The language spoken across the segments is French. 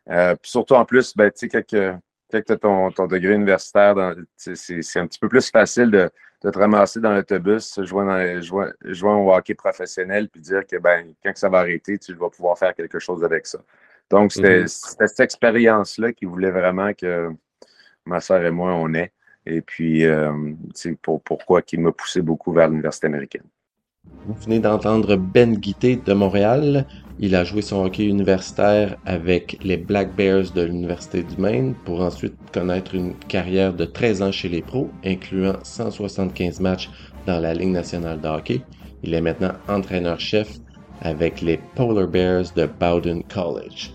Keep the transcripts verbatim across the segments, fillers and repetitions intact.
Euh, puis surtout en plus, ben, tu sais, quand, que- quand tu as ton, ton degré universitaire, dans- c'est, c'est un petit peu plus facile de, de te ramasser dans l'autobus, jouer, dans, jouer, jouer au hockey professionnel, puis dire que ben, quand que ça va arrêter, tu vas pouvoir faire quelque chose avec ça. Donc, c'était Mhm. c'était cette expérience-là qui voulait vraiment que ma sœur et moi, on ait. Et puis, euh, c'est pour, pourquoi qui m'a poussé beaucoup vers l'université américaine. Vous venez d'entendre Ben Guité de Montréal. Il a joué son hockey universitaire avec les Black Bears de l'Université du Maine pour ensuite connaître une carrière de treize ans chez les pros, incluant cent soixante-quinze matchs dans la Ligue nationale de hockey. Il est maintenant entraîneur-chef avec les Polar Bears de Bowdoin College.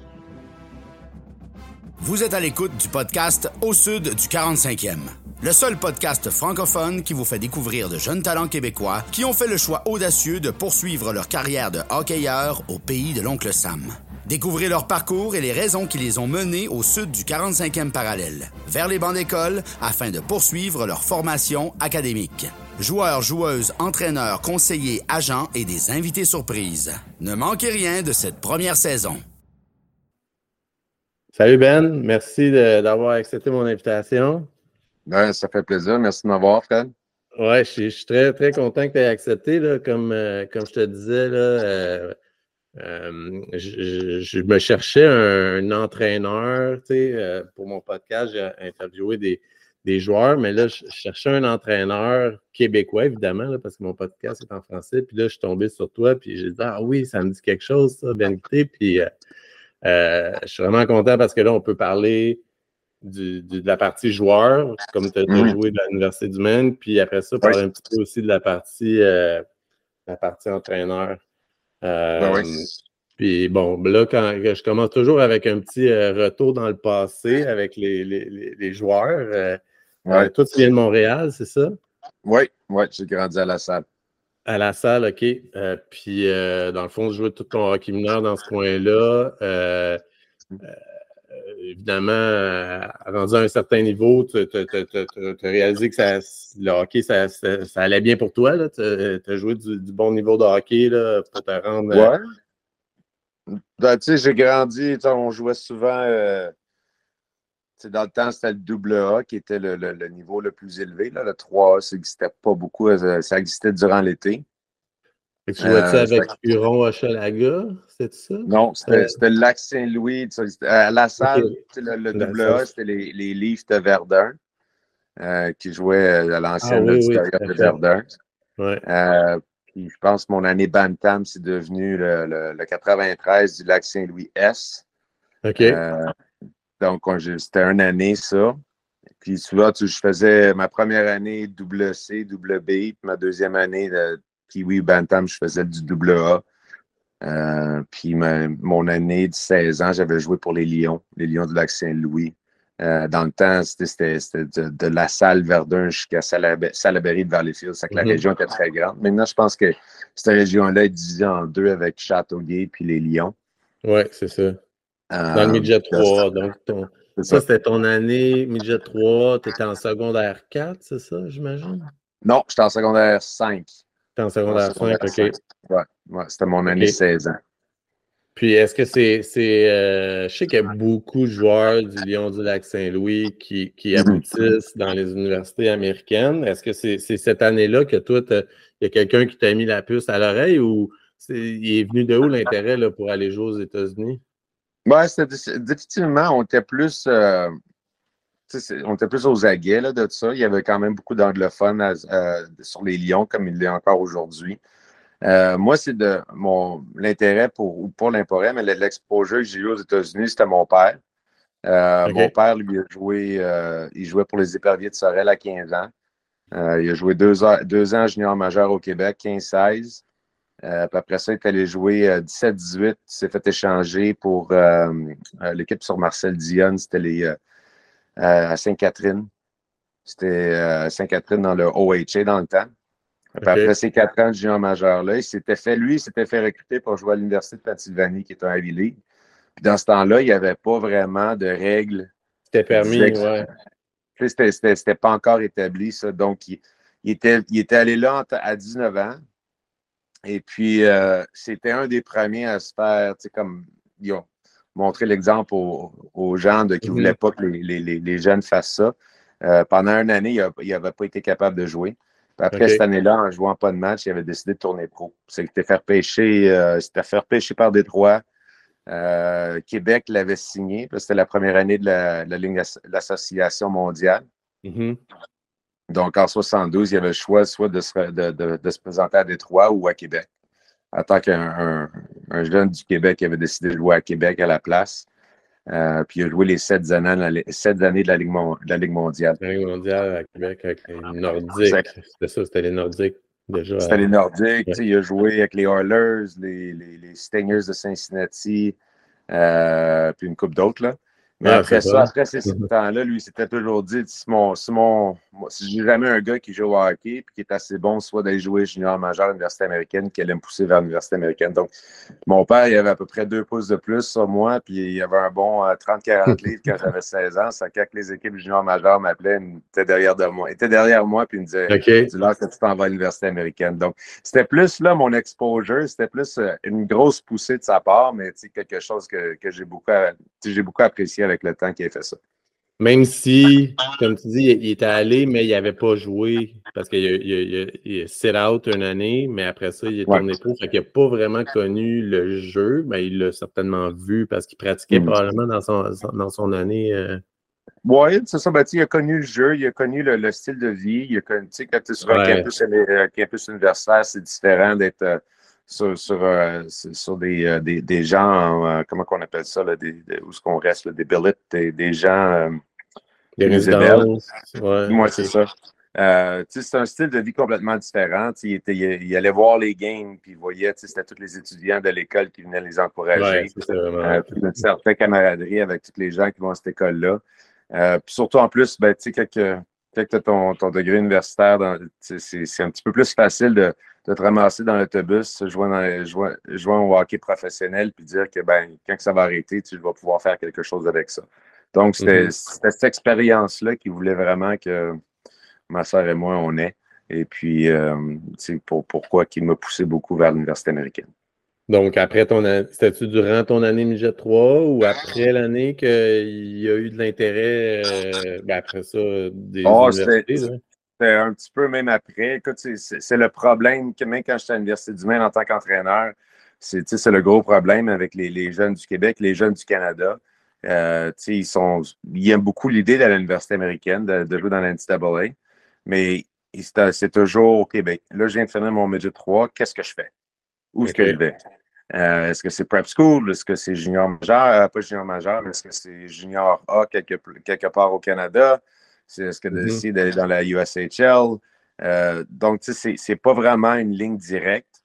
Vous êtes à l'écoute du podcast Au Sud du quarante-cinquième, le seul podcast francophone qui vous fait découvrir de jeunes talents québécois qui ont fait le choix audacieux de poursuivre leur carrière de hockeyeur au pays de l'oncle Sam. Découvrez leur parcours et les raisons qui les ont menés au sud du quarante-cinquième parallèle, vers les bancs d'école, afin de poursuivre leur formation académique. Joueurs, joueuses, entraîneurs, conseillers, agents et des invités surprises. Ne manquez rien de cette première saison. Salut Ben, merci de- d'avoir accepté mon invitation. Ben, ça fait plaisir. Merci de m'avoir, Fred. Ouais, je suis, je suis très, très content que tu aies accepté. Là, comme, euh, comme je te disais, là, euh, euh, je, je- je me cherchais un, un entraîneur, tu sais, euh, pour mon podcast, j'ai interviewé des, des joueurs, mais là, je, je cherchais un entraîneur québécois, évidemment, là, parce que mon podcast est en français. Puis là, je suis tombé sur toi, puis j'ai dit, ah oui, ça me dit quelque chose, ça, Ben Guité. Puis euh, euh, je suis vraiment content parce que là, on peut parler du, du- de la partie joueur, comme tu as Mhm. joué de l'Université du Maine, puis après ça, Oui, parler un petit peu aussi de la partie, euh, la partie entraîneur. ben oui. Euh, puis bon, là, quand je commence toujours avec un petit euh, retour dans le passé avec les, les, les, les joueurs. Euh, Ouais. euh, toi, tu viens de Montréal, c'est ça? Oui, oui, j'ai grandi à la salle. À la salle, OK. Euh, puis, euh, dans le fond, je jouais tout ton hockey mineur dans ce coin-là. Euh, Euh, évidemment, euh, rendu à un certain niveau, tu as réalisé que ça, le hockey, ça, ça, ça allait bien pour toi. Tu as joué du, du bon niveau de hockey là, pour te rendre. euh, Ouais. Ben, tu sais, j'ai grandi, tu sais, on jouait souvent, euh, tu sais, dans le temps, c'était le double A qui était le, le- le niveau le plus élevé. Là. Le trois A, ça n'existait pas beaucoup, euh, ça existait durant l'été. tu jouais ça Euh, avec fait que- Huron Hochelaga, c'est ça? non, Euh, c'était c'était le lac Saint-Louis. Tu sais, c'était- à la OK. salle, tu sais, le, le Dans double ça. A, c'était les, les Leafs de Verdun euh, qui jouaient à Ah l'ancienne oui, oui, auditorium tout à de fait. Verdun. Ouais. Euh, puis je pense que mon année Bantam, c'est devenu le, le, le quatre-vingt-treize du lac Saint-Louis S. OK. Euh, donc, on- j'ai- c'était une année, ça. Puis, tu vois, tu- je faisais ma première année double C, double B, puis ma deuxième année de Kiwi Bantam, je faisais du double A. Euh, puis, ma- mon année de seize ans, j'avais joué pour les Lions, les Lions du lac Saint-Louis. Euh, dans le temps, c'était c'était- c'était de, de la salle Verdun jusqu'à Salab- Salaberry de Valleyfield. C'est que la Mhm. région était très grande. Maintenant, je pense que cette région-là est divisée en deux avec Châteauguay puis les Lions. Ouais, c'est ça. Dans le Euh, midget trois. Donc, ton... c'est ça, ça. c'était ton année midget trois. Tu étais en secondaire quatre, c'est ça, j'imagine? Non, j'étais en secondaire cinq. Tu en En secondaire cinq, secondaire OK. cinq. Ouais, ouais, c'était mon année OK. seize ans. Puis est-ce que c'est. c'est euh, je sais qu'il y a beaucoup de joueurs du Lion du Lac-Saint-Louis qui, qui Mhm. aboutissent dans les universités américaines. Est-ce que c'est c'est cette année-là que toi, il y a quelqu'un qui t'a mis la puce à l'oreille ou c'est, il est venu de où l'intérêt là, pour aller jouer aux États-Unis? Ouais, c'était définitivement, on était plus, euh, tu sais, c'est- on était plus aux aguets là, de ça. Il y avait quand même beaucoup d'anglophones à- à- sur les Lions, comme il l'est encore aujourd'hui. Euh, moi, c'est de mon l'intérêt pour, ou pas l'intérêt, mais l'exposure que j'ai eu aux États-Unis, c'était mon père. Euh, mon OK. père, lui, a joué, euh, il jouait pour les Éperviers de Sorel à quinze ans. Euh, il a joué deux, ans- deux ans junior majeur au Québec, quinze seize. Euh, puis après ça, il est allé jouer euh, dix-sept dix-huit. Il s'est fait échanger pour euh, euh, l'équipe sur Marcel Dionne. C'était les, euh, euh, à Sainte-Catherine. C'était euh, à Sainte-Catherine dans le O H A dans le temps. Puis après OK. ces quatre ans de junior majeur-là, il s'était fait, lui, il s'était fait recruter pour jouer à l'Université de Pennsylvanie, qui est un Ivy League. Puis dans ce temps-là, il n'y avait pas vraiment de règles C'était qui disaient permis, que ouais. c'était, c'était, c'était pas encore établi, ça. Donc, il, il était, il était allé là en- à dix-neuf ans. Et puis, euh, c'était un des premiers à se faire, tu sais, comme, ils ont- montrer l'exemple aux, aux gens de, qui ne Mhm. voulaient pas que les, les, les, les jeunes fassent ça. Euh, pendant une année, il n'avait pas été capable de jouer. Puis après OK. cette année-là, en jouant pas de match, il avait décidé de tourner pro. C'était faire pêcher, euh, c'était faire pêcher par Détroit. Euh, Québec l'avait signé. C'était la première année de la, de la Ligue de l'Association mondiale. Mhm. Donc, en soixante-douze, il y avait le choix soit de se, de, de, de se présenter à Détroit ou à Québec. En tant qu'un un, un jeune du Québec, il avait décidé de jouer à Québec à la place. Euh, puis il a joué les sept années, sept années de, la Ligue, de la Ligue mondiale. La Ligue mondiale à Québec avec les Nordiques. C'était ça, c'était les Nordiques déjà. C'était à... les Nordiques. Ouais. Il a joué avec les Oilers, les, les, les Stingers de Cincinnati, euh, puis une couple d'autres. Là. Mais Ah, après c'est ça, fun. après ces sept ans-là, lui, il s'était toujours dit si, mon, si, mon, si j'ai jamais un gars qui joue au hockey puis qui est assez bon, soit d'aller jouer junior majeur à l'université américaine, qu'elle allait me pousser vers l'université américaine. Donc, mon père, il avait à peu près deux pouces de plus sur moi, puis il avait un bon euh, trente à quarante livres quand j'avais seize ans. Ça, quand les équipes junior majeures m'appelaient, il était derrière de moi. Il était derrière moi, puis il me disait OK. c'est là que tu t'en vas à l'université américaine. Donc, c'était plus là mon exposure, c'était plus euh, une grosse poussée de sa part, mais quelque chose que, que j'ai beaucoup, j'ai beaucoup apprécié avec le temps qu'il a fait ça. Même si, comme tu dis, il était allé, mais il n'avait pas joué parce qu'il a, il a, il a sit out une année, mais après ça, il est tourné Ouais. pro. Fait qu'il n'a pas vraiment connu le jeu, mais il l'a certainement vu parce qu'il pratiquait Mm. probablement dans son, dans son année. Euh... Oui, c'est ça. Ben, il a connu le jeu, il a connu le, le style de vie. Il a connu, quand tu es sur un Ouais. campus, euh, campus universitaire, c'est différent d'être euh, sur, sur, euh, sur des, euh, des, des gens, euh, comment on appelle ça, là, des, des, où est-ce qu'on reste, là, des billets, des, des gens euh, Des qui nous hébergent. résidences. Ouais, Moi, okay. c'est ça. Euh, c'est un style de vie complètement différent. Il, était, il, il allait voir les games, puis il voyait, c'était tous les étudiants de l'école qui venaient les encourager. Ouais, c'est vraiment... euh, une certaine camaraderie avec tous les gens qui vont à cette école-là. Euh, puis surtout, en plus, ben, quand, quand tu as ton, ton degré universitaire, c'est un petit peu plus facile de, de te ramasser dans l'autobus, jouer, dans, jouer, jouer au hockey professionnel, puis dire que ben, quand ça va arrêter, tu vas pouvoir faire quelque chose avec ça. Donc, c'était mm-hmm. cette expérience-là qui voulait vraiment que ma soeur et moi, on ait. Et puis, euh, c'est pour, pourquoi qui m'a poussé beaucoup vers l'université américaine. Donc, après ton année, c'était-tu durant ton année M J trois ou après l'année qu'il y a eu de l'intérêt, euh, ben après ça, des oh, universités? C'était un petit peu même après. Écoute, c'est le problème que même quand j'étais à l'Université du Maine en tant qu'entraîneur, c'est le gros problème avec les, les jeunes du Québec, les jeunes du Canada. Euh, ils, sont, ils aiment beaucoup l'idée d'aller à l'université américaine, de, de jouer dans l'N C A A, mais c'est toujours au Québec. Là, je viens de finir mon M J trois, qu'est-ce que je fais? Où est-ce okay. que je vais? Euh, est-ce que c'est prep school? Est-ce que c'est junior majeur? Euh, pas junior majeur, mais est-ce que c'est junior A quelque, quelque part au Canada? Est-ce que d'essayer mm-hmm. d'aller dans la U S H L? Euh, donc, tu sais, c'est pas vraiment une ligne directe.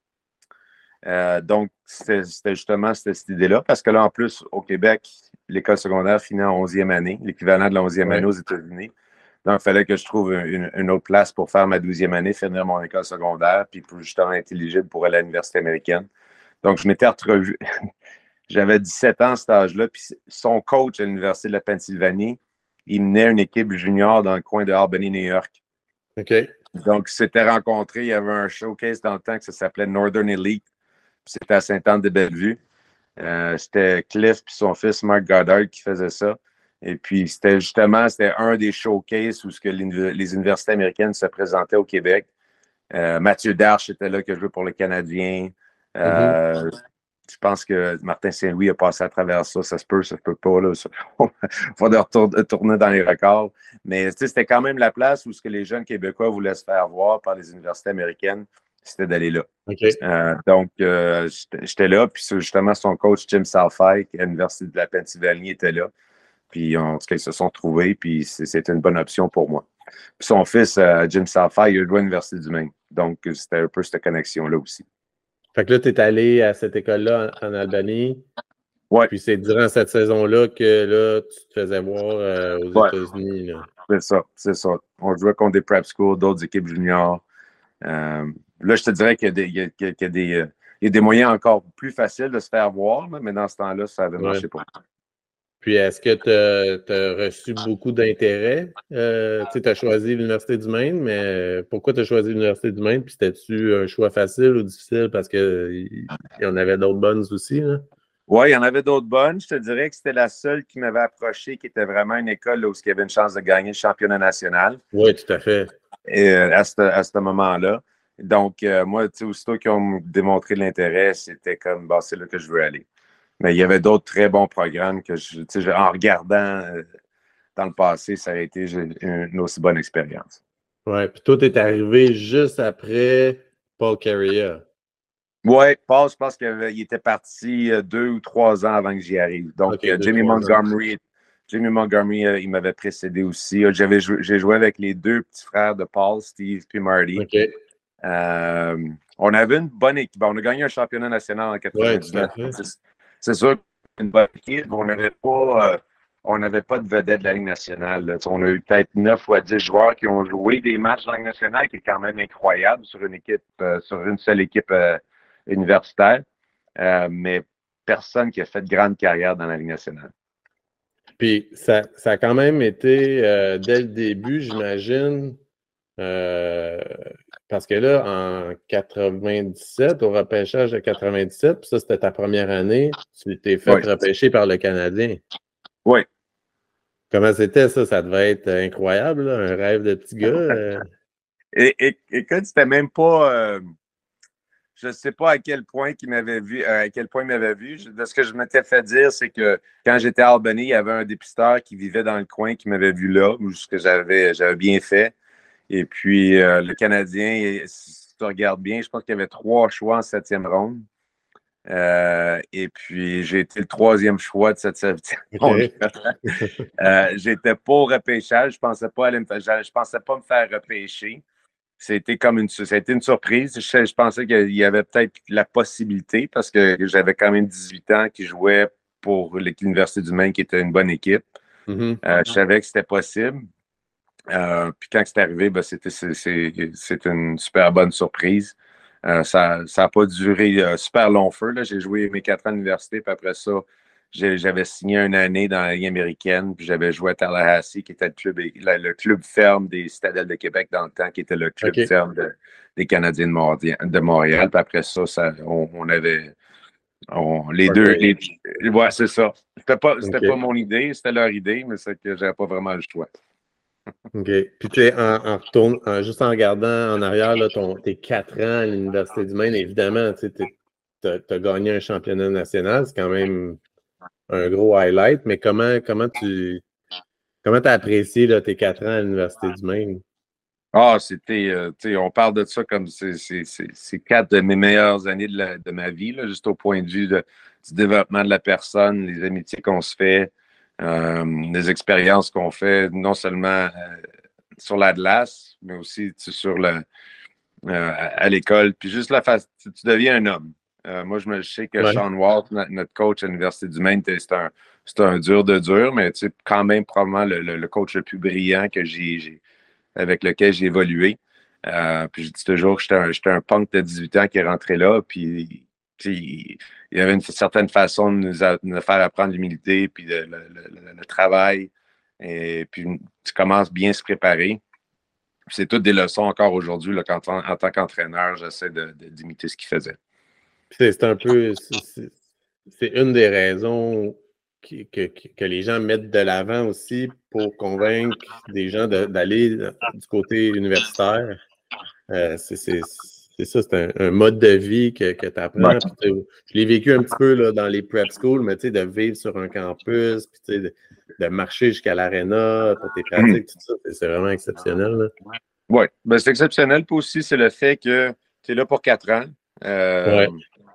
Euh, donc, c'était justement cette idée-là, parce que là, en plus, au Québec, l'école secondaire finit en onzième année, l'équivalent de la onzième ouais. année aux États-Unis. Donc, il fallait que je trouve une, une autre place pour faire ma douzième année, finir mon école secondaire, puis pour justement être éligible pour aller à l'université américaine. Donc, je m'étais retrouvé. J'avais dix-sept ans à cet âge-là, puis son coach à l'Université de la Pennsylvanie, il menait une équipe junior dans le coin de Albany, New York. OK. Donc, ils s'étaient rencontrés. Il y avait un showcase dans le temps que ça s'appelait Northern Elite. C'était à Sainte-Anne-de-Bellevue. Euh, c'était Cliff et son fils Mark Goddard qui faisait ça. Et puis, c'était justement, c'était un des showcases où ce que les universités américaines se présentaient au Québec. Euh, Mathieu Darche était là, qui a joué pour les Canadiens. Euh, mm-hmm. Je pense que Martin Saint-Louis a passé à travers ça. Ça se peut, ça se peut pas. Il faudrait retourner dans les records. Mais c'était quand même la place où ce que les jeunes Québécois voulaient se faire voir par les universités américaines, c'était d'aller là. Okay. Euh, donc, euh, j'étais là. Puis justement, son coach Jim Salfai, à l'Université de la Pennsylvanie, était là. Puis en tout cas, ils se sont trouvés. Puis c'était une bonne option pour moi. Puis son fils, euh, Jim Salfai, il a joué à l'Université du Maine. Donc, c'était un peu cette connexion-là aussi. Fait que là, tu es allé à cette école-là en, en Albanie. Oui. Puis c'est durant cette saison-là que là, tu te faisais voir euh, aux ouais. États-Unis. C'est ça, c'est ça. On jouait contre des prep schools, d'autres équipes juniors. Euh, là, je te dirais qu'il y a des, il y a, il y a des, euh, il y a des moyens encore plus faciles de se faire voir, mais dans ce temps-là, ça avait ouais. marché pour moi. Puis, est-ce que tu as reçu beaucoup d'intérêt? Euh, tu as choisi l'Université du Maine, mais pourquoi tu as choisi l'Université du Maine? Puis, c'était-tu un choix facile ou difficile parce qu'il y en avait d'autres bonnes aussi? Là? Oui, il y en avait d'autres bonnes. Je te dirais que c'était la seule qui m'avait approché, qui était vraiment une école là, où il y avait une chance de gagner le championnat national. Oui, tout à fait. Et, euh, à ce, à ce moment-là. Donc, euh, moi, tu sais, aussitôt qu'ils ont démontré l'intérêt, c'était comme, bah, c'est là que je veux aller. Mais il y avait d'autres très bons programmes que, je, tu sais, en regardant euh, dans le passé, ça a été une, une aussi bonne expérience. Oui, puis toi, tu es arrivé juste après Paul Carrier. Oui, Paul, je pense qu'il était parti euh, deux ou trois ans avant que j'y arrive. Donc, okay, euh, Jimmy Montgomery, Jimmy Montgomery, euh, il m'avait précédé aussi. J'avais jou- j'ai joué avec les deux petits frères de Paul, Steve et Marty. Okay. Euh, on avait une bonne équipe. On a gagné un championnat national en quatre-vingt-dix-neuf. Ouais, c'est, c'est sûr qu'une bonne équipe. On n'avait pas, euh, on n'avait pas de vedette de la Ligue nationale. Là. On a eu peut-être neuf ou dix joueurs qui ont joué des matchs de la Ligue nationale, qui est quand même incroyable sur une équipe, euh, sur une seule équipe euh, universitaire. Euh, mais personne qui a fait de grande carrière dans la Ligue nationale. Puis ça, ça a quand même été euh, dès le début, j'imagine. Euh, parce que là, en quatre-vingt-dix-sept, au repêchage de quatre-vingt-dix-sept, puis ça, c'était ta première année, tu t'es fait oui. repêcher par le Canadien. Oui. Comment c'était ça? Ça devait être incroyable, là, un rêve de petit gars. Euh... et, et, écoute, c'était même pas... Euh, je ne sais pas à quel point il m'avait vu, euh, à quel point il m'avait vu. De ce que je m'étais fait dire, c'est que quand j'étais à Albany, il y avait un dépisteur qui vivait dans le coin qui m'avait vu là, ce que j'avais, j'avais bien fait. Et puis, euh, le Canadien, si tu regardes bien, je pense qu'il y avait trois choix en septième ronde. Euh, et puis, j'ai été le troisième choix de cette septième ronde. Okay. euh, j'étais pas au repêchage. Je pensais pas aller me faire, je pensais pas me faire repêcher. C'était comme une, ça a été une surprise. Je, je pensais qu'il y avait peut-être la possibilité parce que j'avais quand même dix-huit ans qui jouait pour l'Université du Maine, qui était une bonne équipe. Mm-hmm. Euh, je savais que c'était possible. Euh, puis quand c'est arrivé, ben, c'était c'est, c'est, c'est une super bonne surprise. Euh, ça n'a pas duré euh, super long feu. Là. J'ai joué mes quatre ans à l'université, puis après ça, j'ai, j'avais signé une année dans la Ligue américaine, puis j'avais joué à Tallahassee, qui était le club, le, le club ferme des Citadelles de Québec dans le temps, qui était le club okay. ferme de, des Canadiens de Montréal. De Montréal. Puis après ça, ça on, on avait... On, les okay. deux... Les, ouais, c'est ça. C'était pas, c'était okay. pas mon idée, c'était leur idée, mais c'est que j'avais pas vraiment le choix. OK. Puis, tu sais, en, en retourne, en, juste en regardant en arrière, là, ton, tes quatre ans à l'Université du Maine, évidemment, tu as gagné un championnat national. C'est quand même un gros highlight. Mais comment, comment tu comment as apprécié là, tes quatre ans à l'Université du Maine? Ah, c'était, euh, tu sais, on parle de ça comme c'est, c'est, c'est, c'est quatre de mes meilleures années de, la, de ma vie, là, juste au point de vue de, du développement de la personne, les amitiés qu'on se fait. Euh, les expériences qu'on fait, non seulement euh, sur la glace, mais aussi sur le, euh, à l'école. Puis juste la face, tu, tu deviens un homme. Euh, moi, je, me, je sais que ouais. Sean Walt, notre coach à l'Université du Maine, c'est un, c'est un dur de dur, mais tu sais, quand même probablement le, le, le coach le plus brillant que j'ai, j'ai avec lequel j'ai évolué. Euh, puis je dis toujours que j'étais un, j'étais un punk de dix-huit ans qui est rentré là, puis il y avait une certaine façon de nous, a, de nous faire apprendre l'humilité, puis le, le, le, le travail. Et puis, tu commences bien à se préparer. Puis c'est toutes des leçons encore aujourd'hui, là, quand, en, en tant qu'entraîneur, j'essaie de, de, d'imiter ce qu'il faisait. C'est, c'est un peu... C'est, c'est une des raisons que, que, que les gens mettent de l'avant aussi pour convaincre des gens de, d'aller du côté universitaire. Euh, c'est, c'est, c'est ça, c'est un, un mode de vie que, que tu apprends. Ouais. Je l'ai vécu un petit peu là, dans les prep schools, mais tu sais, de vivre sur un campus, puis tu sais, de, de marcher jusqu'à l'aréna pour tes pratiques, tout ça, c'est, c'est vraiment exceptionnel. Oui, ben, c'est exceptionnel. Puis aussi, c'est le fait que tu es là pour quatre ans. Euh,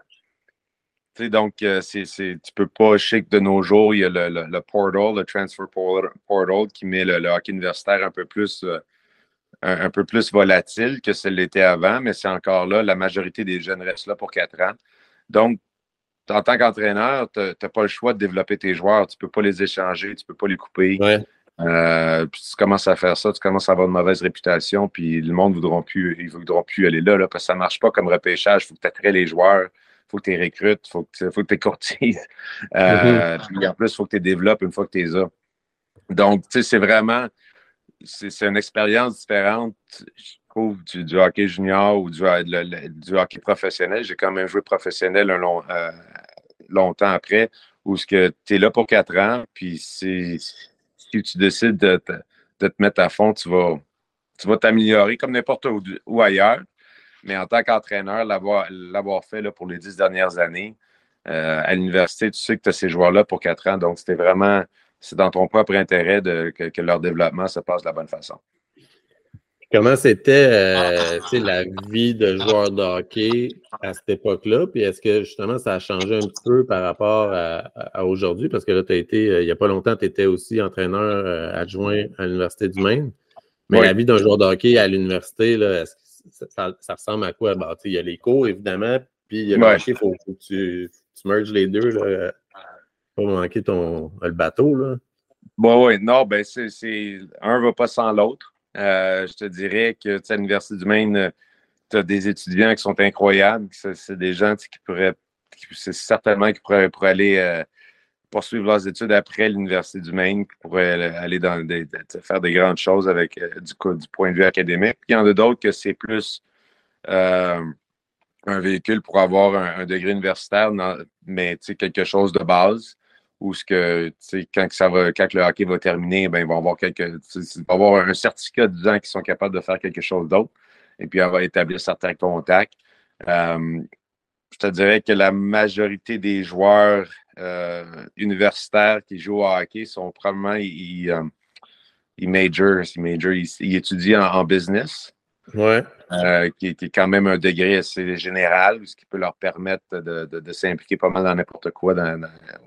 ouais. Donc, c'est, c'est, tu peux pas, je sais que de nos jours, il y a le, le, le portal, le transfer portal, qui met le, le hockey universitaire un peu plus... Euh, Un, un peu plus volatile que ce l'était avant, mais c'est encore là. La majorité des jeunes restent là pour quatre ans. Donc, en tant qu'entraîneur, tu n'as pas le choix de développer tes joueurs. Tu ne peux pas les échanger, tu ne peux pas les couper. Ouais. Euh, puis tu commences à faire ça, tu commences à avoir une mauvaise réputation, puis le monde ne voudra plus, ils voudront plus aller là, là parce que ça ne marche pas comme repêchage. Il faut que tu attraies les joueurs, il faut que tu les recrutes, il faut que tu les courtises. Euh, mm-hmm. Puis en plus, il faut que tu les développes une fois que tu les as. Donc, tu sais, c'est vraiment... C'est, c'est une expérience différente, je trouve, du, du hockey junior ou du, le, le, du hockey professionnel. J'ai quand même joué professionnel un long, euh, longtemps après, où ce que tu es là pour quatre ans, puis c'est, si tu décides de te, de te mettre à fond, tu vas, tu vas t'améliorer comme n'importe où, où ailleurs. Mais en tant qu'entraîneur, l'avoir, l'avoir fait là, pour les dix dernières années, euh, à l'université, tu sais que tu as ces joueurs-là pour quatre ans, donc c'était vraiment, c'est dans ton propre intérêt de, que, que leur développement se passe de la bonne façon. Comment c'était euh, la vie de joueur de hockey à cette époque-là? Puis est-ce que justement ça a changé un petit peu par rapport à, à aujourd'hui? Parce que là, tu as été, il n'y a pas longtemps, tu étais aussi entraîneur euh, adjoint à l'Université du Maine. Mais oui. La vie d'un joueur de hockey à l'université, là, est-ce que ça, ça, ça ressemble à quoi? Bon, il y a les cours, évidemment, puis il y a le ouais. hockey, il faut, faut que tu, tu merges les deux, là, pour pas manquer ton, le bateau. Là. Bon, oui, non, ben c'est, c'est un ne va pas sans l'autre. Euh, je te dirais que à l'Université du Maine, tu as des étudiants qui sont incroyables. C'est, c'est des gens qui pourraient, qui, c'est certainement qui pourraient, pourraient aller euh, poursuivre leurs études après l'Université du Maine, qui pourraient aller dans des, de, faire des grandes choses avec euh, du, du point de vue académique. Puis il y en a d'autres que c'est plus euh, un véhicule pour avoir un, un degré universitaire, dans, mais quelque chose de base. Ou ce que, quand, ça va, quand le hockey va terminer, ben, ils vont avoir quelques, ils vont avoir un certificat disant qu'ils sont capables de faire quelque chose d'autre. Et puis, on va établir certains contacts. Euh, je te dirais que la majorité des joueurs euh, universitaires qui jouent au hockey sont probablement, ils, ils, ils major, ils, major, ils, ils étudient en, en business. Ouais. Euh, qui, qui est quand même un degré assez général, ce qui peut leur permettre de, de, de s'impliquer pas mal dans n'importe quoi dans, dans,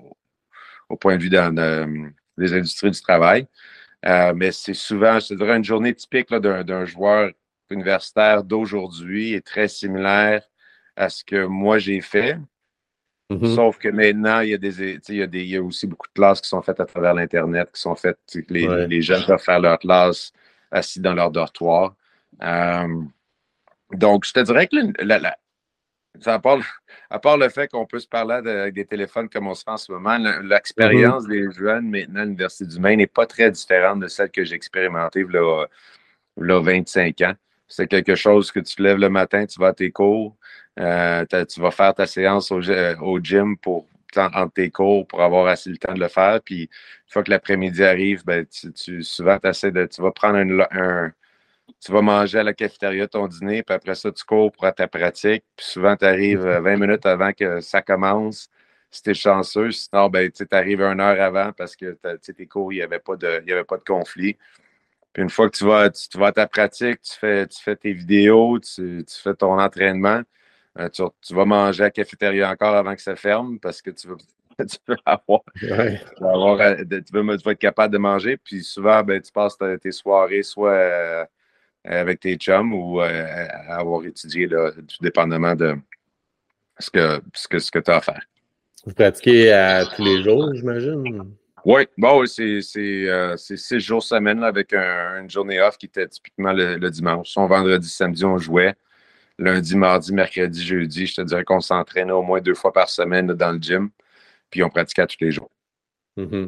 au point de vue dans, dans, des industries du travail. Euh, mais c'est souvent, je te dirais, une journée typique là, d'un, d'un joueur universitaire d'aujourd'hui est très similaire à ce que moi j'ai fait. Mm-hmm. Sauf que maintenant, il y, a des, il, y a des, il y a aussi beaucoup de classes qui sont faites à travers l'Internet, qui sont faites, les, ouais. les jeunes peuvent faire leur classe assis dans leur dortoir. Euh, donc, je te dirais que la, la, À part, à part le fait qu'on peut se parler de, avec des téléphones comme on se fait en ce moment, l'expérience mm-hmm. des jeunes maintenant à l'Université du Maine n'est pas très différente de celle que j'ai expérimentée là, là vingt-cinq ans. C'est quelque chose que tu te lèves le matin, tu vas à tes cours, euh, tu vas faire ta séance au, au gym pour, entre tes cours pour avoir assez le temps de le faire. Puis, une fois que l'après-midi arrive, ben, tu, tu, souvent, de, tu vas prendre un, un tu vas manger à la cafétéria ton dîner, puis après ça, tu cours pour ta pratique. Puis souvent, tu arrives vingt minutes avant que ça commence, si tu es chanceux. Sinon, ben, tu arrives une heure avant parce que tes cours, il n'y avait, pas de, il y avait pas de conflit. Puis une fois que tu vas, tu, tu vas à ta pratique, tu fais, tu fais tes vidéos, tu, tu fais ton entraînement, euh, tu, tu vas manger à la cafétéria encore avant que ça ferme parce que tu veux, tu veux avoir, ouais. tu, veux avoir tu, veux, tu vas être capable de manger. Puis souvent, ben, tu passes tes soirées soit... Euh, avec tes chums ou euh, à avoir étudié, là, tout dépendamment de ce que, ce que, ce que tu as à faire. Vous pratiquez à tous les jours, j'imagine? Oui, bon, c'est, c'est, euh, c'est six jours semaine là, avec un, une journée off qui était typiquement le, le dimanche. Son vendredi, samedi, on jouait. Lundi, mardi, mercredi, jeudi, je te dirais qu'on s'entraînait au moins deux fois par semaine là, dans le gym. Puis on pratiquait à tous les jours. Mm-hmm.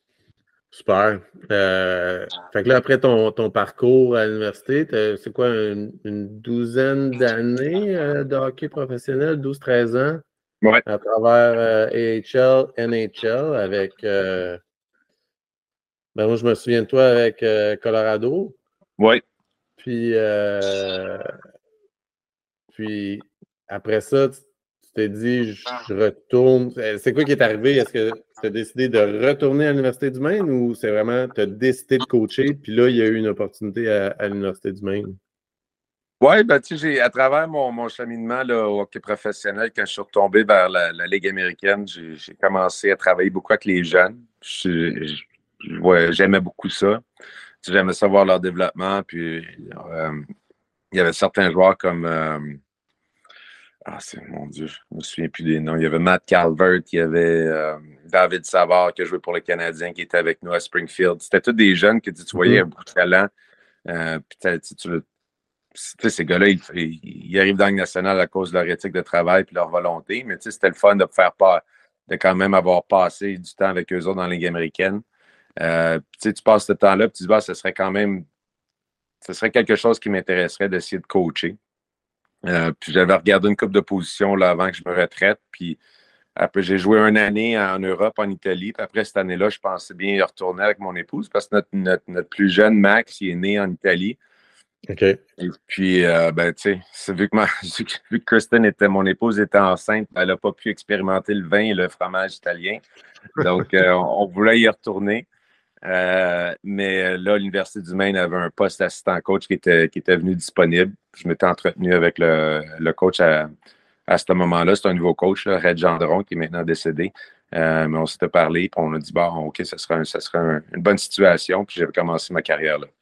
Super. Euh, fait que là, après ton, ton parcours à l'université, c'est quoi, une, une douzaine d'années euh, de hockey professionnel, douze treize ans? Ouais. À travers euh, A H L, N H L, avec... Euh, ben moi, je me souviens de toi avec euh, Colorado. Oui. Puis, euh, puis, après ça, tu t'es dit, je retourne. C'est quoi qui est arrivé? Est-ce que tu as décidé de retourner à l'Université du Maine ou c'est vraiment, tu as décidé de coacher, puis là, il y a eu une opportunité à, à l'Université du Maine? Oui, ben, tu sais, à travers mon, mon cheminement là, au hockey professionnel, quand je suis retombé vers la, la Ligue américaine, j'ai, j'ai commencé à travailler beaucoup avec les jeunes. Je, je, ouais, j'aimais beaucoup ça. J'aimais savoir leur développement. Puis, euh, il y avait certains joueurs comme. Euh, ah, c'est mon Dieu, je ne me souviens plus des noms. Il y avait Matt Calvert, il y avait euh, David Savard qui a joué pour le Canadien, qui était avec nous à Springfield. C'était tous des jeunes que tu, tu voyais, mm-hmm. beaucoup de talent. Euh, puis, tu, tu, tu ces gars-là, ils, ils, ils arrivent dans le national à cause de leur éthique de travail et leur volonté. Mais c'était le fun de faire pas, de quand même avoir passé du temps avec eux autres dans la Ligue américaine. Euh, tu passes ce temps-là et tu te dis, bah, ce serait quand même, ce serait quelque chose qui m'intéresserait d'essayer de coacher. Euh, puis j'avais regardé une couple de positions là, avant que je me retraite. Puis Après, j'ai joué une année en Europe, en Italie. Puis après, cette année-là, je pensais bien y retourner avec mon épouse parce que notre, notre, notre plus jeune, Max, il est né en Italie. OK. Et puis, euh, ben, tu sais, vu que, ma, vu que Kristen était, mon épouse était enceinte, elle n'a pas pu expérimenter le vin et le fromage italien. Donc, euh, on, on voulait y retourner. Euh, mais là, l'Université du Maine avait un poste d'assistant coach qui était, qui était venu disponible. Je m'étais entretenu avec le, le coach à, à ce moment-là. C'est un nouveau coach, là, Red Gendron, qui est maintenant décédé. Euh, mais on s'était parlé, puis on a dit, bon, OK, ça serait, un, ça serait un, une bonne situation. Puis j'ai commencé ma carrière là.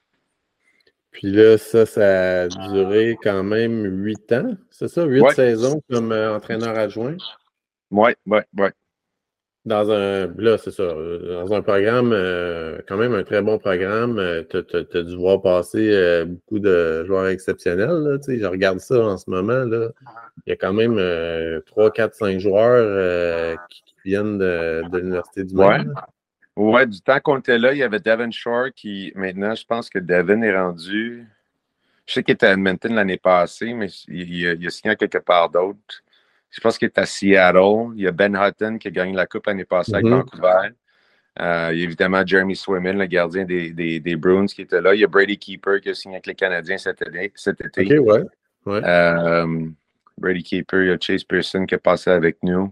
Puis là, ça, ça a duré quand même huit ans, c'est ça? Huit ouais. saisons comme euh, entraîneur adjoint? Oui, oui, oui. Dans un, là, c'est ça, dans un programme, euh, quand même un très bon programme. Euh, tu as dû voir passer euh, beaucoup de joueurs exceptionnels. Là, je regarde ça en ce moment. Là. Il y a quand même euh, trois, quatre, cinq joueurs euh, qui, qui viennent de, de l'Université du Maine. Oui, ouais, du temps qu'on était là, il y avait Devin Shore qui, maintenant, je pense que Devin est rendu. Je sais qu'il était à Edmonton l'année passée, mais il, il, il a signé à quelque part d'autre. Je pense qu'il est à Seattle. Il y a Ben Hutton qui a gagné la Coupe l'année passée mm-hmm. avec Vancouver. Euh, il y a évidemment Jeremy Swayman, le gardien des, des, des Bruins, qui était là. Il y a Brady Keeper qui a signé avec les Canadiens cet été. Cet été. OK, ouais. ouais. Euh, Brady Keeper, il y a Chase Pearson qui est passé avec nous.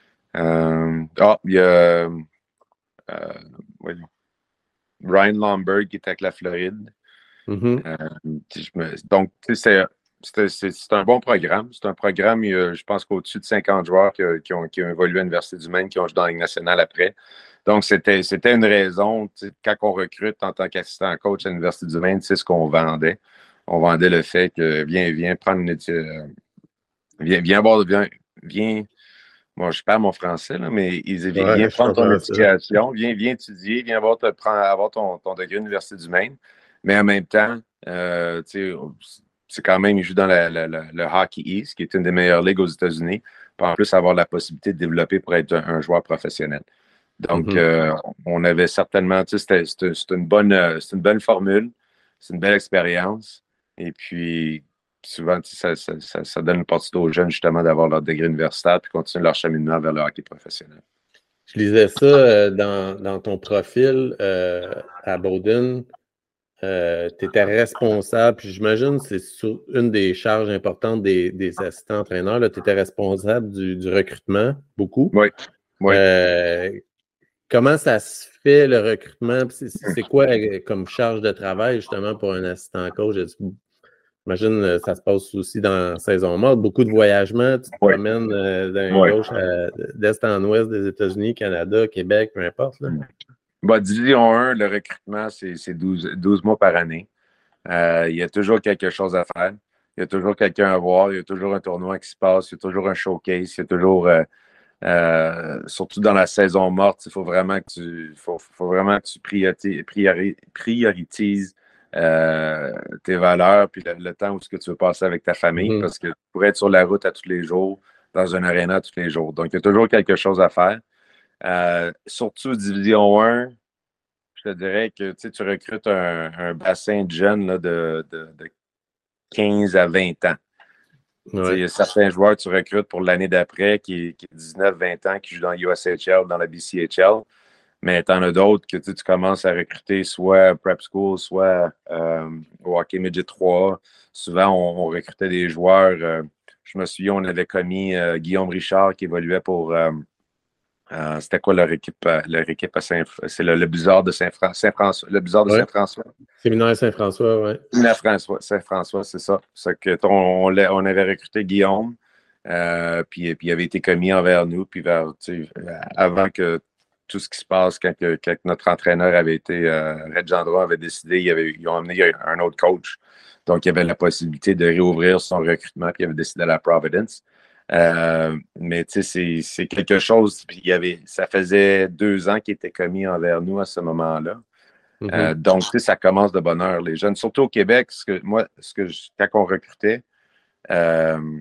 Euh, oh, il y a euh, oui. Ryan Lomberg qui est avec la Floride. Mm-hmm. Euh, je me, donc, c'est, c'est, c'est, c'est un bon programme. C'est un programme, il y a, je pense qu'au-dessus de cinquante joueurs qui, qui, ont, qui ont évolué à l'Université du Maine, qui ont joué dans la Ligue nationale après. Donc, c'était, c'était une raison, quand on recrute en tant qu'assistant coach à l'Université du Maine, c'est ce qu'on vendait. On vendait le fait que viens, viens prendre une étude, euh, viens, viens voir, viens, viens, moi, je perds mon français, là, mais ils viens, ouais, viens prendre ton éducation, viens, viens étudier, viens avoir, te, prendre, avoir ton, ton degré à l'Université du Maine. Mais en même temps, euh, c'est quand même, il joue dans la, la, la, le Hockey East, qui est une des meilleures ligues aux États-Unis, pour en plus avoir la possibilité de développer pour être un, un joueur professionnel. Donc, mm-hmm. euh, on avait certainement, tu sais, c'était, c'était, c'était, une bonne, c'est une bonne formule, c'est une belle expérience. Et puis, souvent, ça, ça, ça, ça donne l'opportunité aux jeunes, justement, d'avoir leur degré universitaire puis continuer leur cheminement vers le hockey professionnel. Je lisais ça euh, dans, dans ton profil euh, à Bowdoin. Euh, tu étais responsable, puis j'imagine que c'est sur une des charges importantes des, des assistants entraîneurs. Tu étais responsable du, du recrutement, beaucoup. Oui. oui. Euh, comment ça se fait, le recrutement? C'est, c'est quoi comme charge de travail, justement, pour un assistant coach? J'imagine que ça se passe aussi dans la saison morte. Beaucoup de voyagements. Tu te oui. promènes euh, d'un oui. gauche à, d'est en ouest des États-Unis, Canada, Québec, peu importe. Là. Bah, division un, le recrutement, c'est, c'est douze, douze mois par année. Euh, il y a toujours quelque chose à faire. Il y a toujours quelqu'un à voir. Il y a toujours un tournoi qui se passe. Il y a toujours un showcase. Il y a toujours, euh, euh, surtout dans la saison morte, il faut vraiment que tu, faut, faut vraiment que tu priori, priori, prioritises euh, tes valeurs puis le, le temps où ce que tu veux passer avec ta famille mm-hmm. parce que tu pourrais être sur la route à tous les jours, dans un aréna tous les jours. Donc, il y a toujours quelque chose à faire. Euh, surtout Division un, je te dirais que tu recrutes un, un bassin de jeunes là, de, de, de quinze à vingt ans. Ouais. Il y a certains joueurs que tu recrutes pour l'année d'après qui, qui est dix-neuf vingt ans, qui jouent dans U S H L, dans la B C H L. Mais tu en as d'autres que tu commences à recruter soit prep school, soit euh, au hockey midget trois. Souvent, on, on recrutait des joueurs. Euh, je me souviens, on avait commis euh, Guillaume Richard qui évoluait pour... Euh, Euh, c'était quoi leur équipe, leur équipe à Saint C'est le, le Blizzard de Saint-François. Saint-François le Blizzard de ouais. Saint-François. Séminaire Saint-François, oui. Séminaire François, Saint-François, c'est ça. C'est que on, on avait recruté Guillaume, euh, puis, puis il avait été commis envers nous, puis vers, avant que tout ce qui se passe, quand, que, quand notre entraîneur avait été, euh, Red Gendron avait décidé, il avait, ils ont amené un autre coach. Donc, il y avait la possibilité de réouvrir son recrutement, puis il avait décidé à la Providence. Euh, mais tu sais, c'est, c'est quelque chose, puis il y avait, ça faisait deux ans qu'il était commis envers nous à ce moment-là. Mm-hmm. Euh, donc, tu sais, ça commence de bonne heure, les jeunes. Surtout au Québec, ce que, moi, ce que je, quand on recrutait, euh,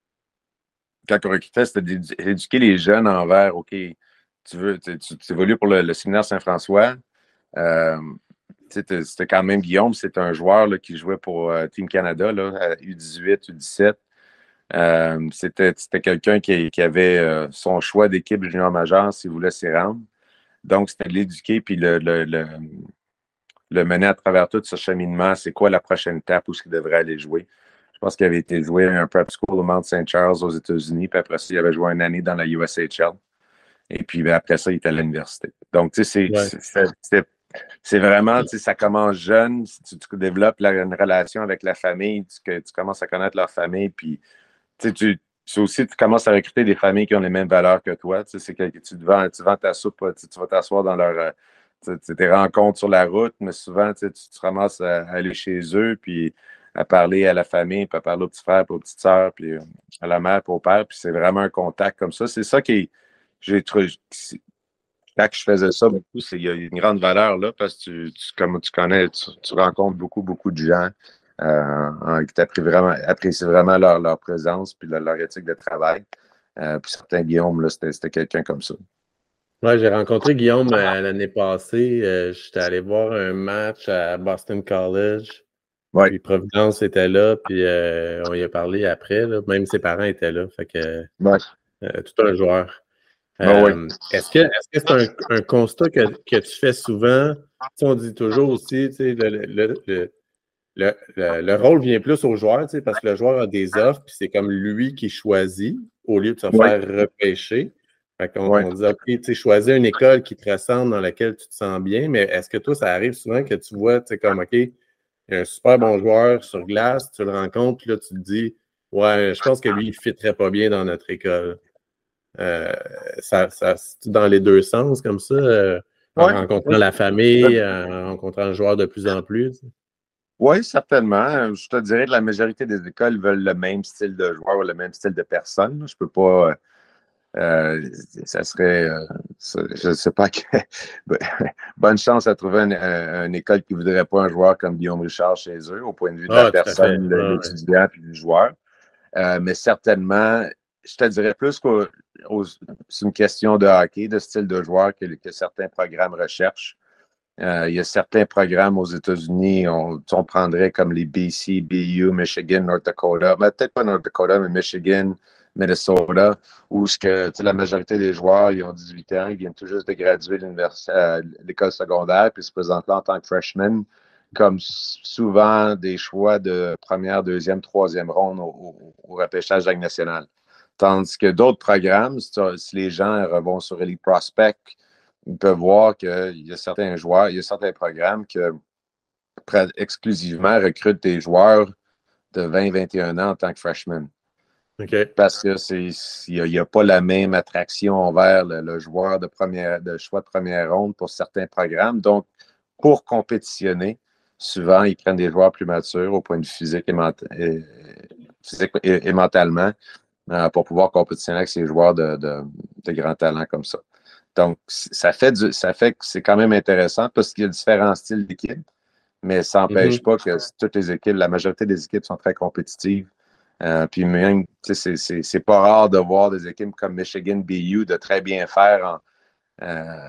quand on recrutait, c'était d'éduquer les jeunes envers, OK, tu veux, tu, tu, tu évolues pour le, le séminaire Saint-François. Euh, c'était quand même Guillaume, c'est un joueur là, qui jouait pour euh, Team Canada, là, à U dix-huit, U dix-sept. Euh, c'était, c'était quelqu'un qui, qui avait euh, son choix d'équipe junior majeure s'il voulait s'y rendre. Donc, c'était de l'éduquer puis le, le, le, le mener à travers tout ce cheminement. C'est quoi la prochaine étape, où il devrait aller jouer? Je pense qu'il avait été joué à un prep school au Mount Saint Charles aux États-Unis, puis après ça, il avait joué une année dans la U S H L. Et puis ben, après ça, il était à l'université. Donc, tu sais, c'est, ouais. c'est, c'est, c'est vraiment, tu sais, ça commence jeune. Tu, tu développes la, une relation avec la famille, tu, tu commences à connaître leur famille, puis tu sais, tu, tu aussi, tu commences à recruter des familles qui ont les mêmes valeurs que toi. Tu sais, c'est que tu, te vends, tu vends ta soupe, tu, tu vas t'asseoir dans leur... Tu sais, tes rencontres sur la route, mais souvent, tu, tu te ramasses à, à aller chez eux, puis à parler à la famille, puis à parler aux petits frères, puis aux petites sœurs, puis à la mère, puis au père, puis c'est vraiment un contact comme ça. C'est ça qui j'ai trouvé. Quand je faisais ça beaucoup, c'est, il y a une grande valeur là, parce que tu, tu, comme tu connais, tu, tu rencontres beaucoup, beaucoup de gens euh, qui t'apprécient vraiment, apprécient vraiment leur, leur présence puis leur, leur éthique de travail. Euh, puis certains, Guillaume, là, c'était, c'était quelqu'un comme ça. Oui, j'ai rencontré Guillaume euh, l'année passée. Euh, j'étais allé voir un match à Boston College. Ouais. Puis Providence était là, puis euh, on y a parlé après. Là. Même ses parents étaient là. Fait que ouais. euh, tout un joueur. Ben euh, oui. Est-ce que est-ce que c'est un, un constat que, que tu fais souvent? T'sais, on dit toujours aussi, le, le, le, le, le, le rôle vient plus au joueur, parce que le joueur a des offres, puis c'est comme lui qui choisit au lieu de se ouais. faire repêcher. Fait qu'on ouais. on dit, OK, tu sais, choisis une école qui te ressemble, dans laquelle tu te sens bien, mais est-ce que toi, ça arrive souvent que tu vois, tu sais, comme, OK, il y a un super bon joueur sur glace, tu le rencontres, puis là, tu te dis, ouais, je pense que lui, il ne fitterait pas bien dans notre école. Euh, ça, ça, c'est dans les deux sens, comme ça, euh, en ouais. rencontrant ouais. la famille, en rencontrant le joueur de plus en plus. Oui, certainement. Je te dirais que la majorité des écoles veulent le même style de joueur ou le même style de personne. Je peux pas. Euh, ça serait. Euh, ça, je ne sais pas. Que, bonne chance à trouver une, une école qui ne voudrait pas un joueur comme Guillaume Richard chez eux, au point de vue de ah, la personne, de ah, l'étudiant et du joueur. Euh, mais certainement, je te dirais plus que c'est une question de hockey, de style de joueur que, que certains programmes recherchent. Euh, il y a certains programmes aux États-Unis, on, on prendrait comme les B C, B U, Michigan, North Dakota, mais peut-être pas North Dakota, mais Michigan, Minnesota, où ce que, la majorité des joueurs, ils ont dix-huit ans, ils viennent tout juste de graduer de euh, l'école secondaire, puis se présentent là en tant que freshman, comme souvent des choix de première, deuxième, troisième ronde au, au, au repêchage de la Ligue nationale. Tandis que d'autres programmes, si, si les gens vont sur Elite Prospect, ils peuvent voir qu'il y a certains joueurs, il y a certains programmes qui exclusivement recrutent des joueurs de vingt à vingt et un ans en tant que freshman. Okay. Parce que c'est il n'y a, a pas la même attraction envers le, le joueur de première de choix de première ronde pour certains programmes. Donc, pour compétitionner, souvent, ils prennent des joueurs plus matures au point de vue physique et, ment- et, physique et, et mentalement euh, pour pouvoir compétitionner avec ces joueurs de, de, de grands talents comme ça. Donc, ça fait, du, ça fait que c'est quand même intéressant parce qu'il y a différents styles d'équipe, mais ça n'empêche mm-hmm. pas que toutes les équipes, la majorité des équipes sont très compétitives. Euh, puis même, c'est, c'est, c'est pas rare de voir des équipes comme Michigan B U de très bien faire en, euh,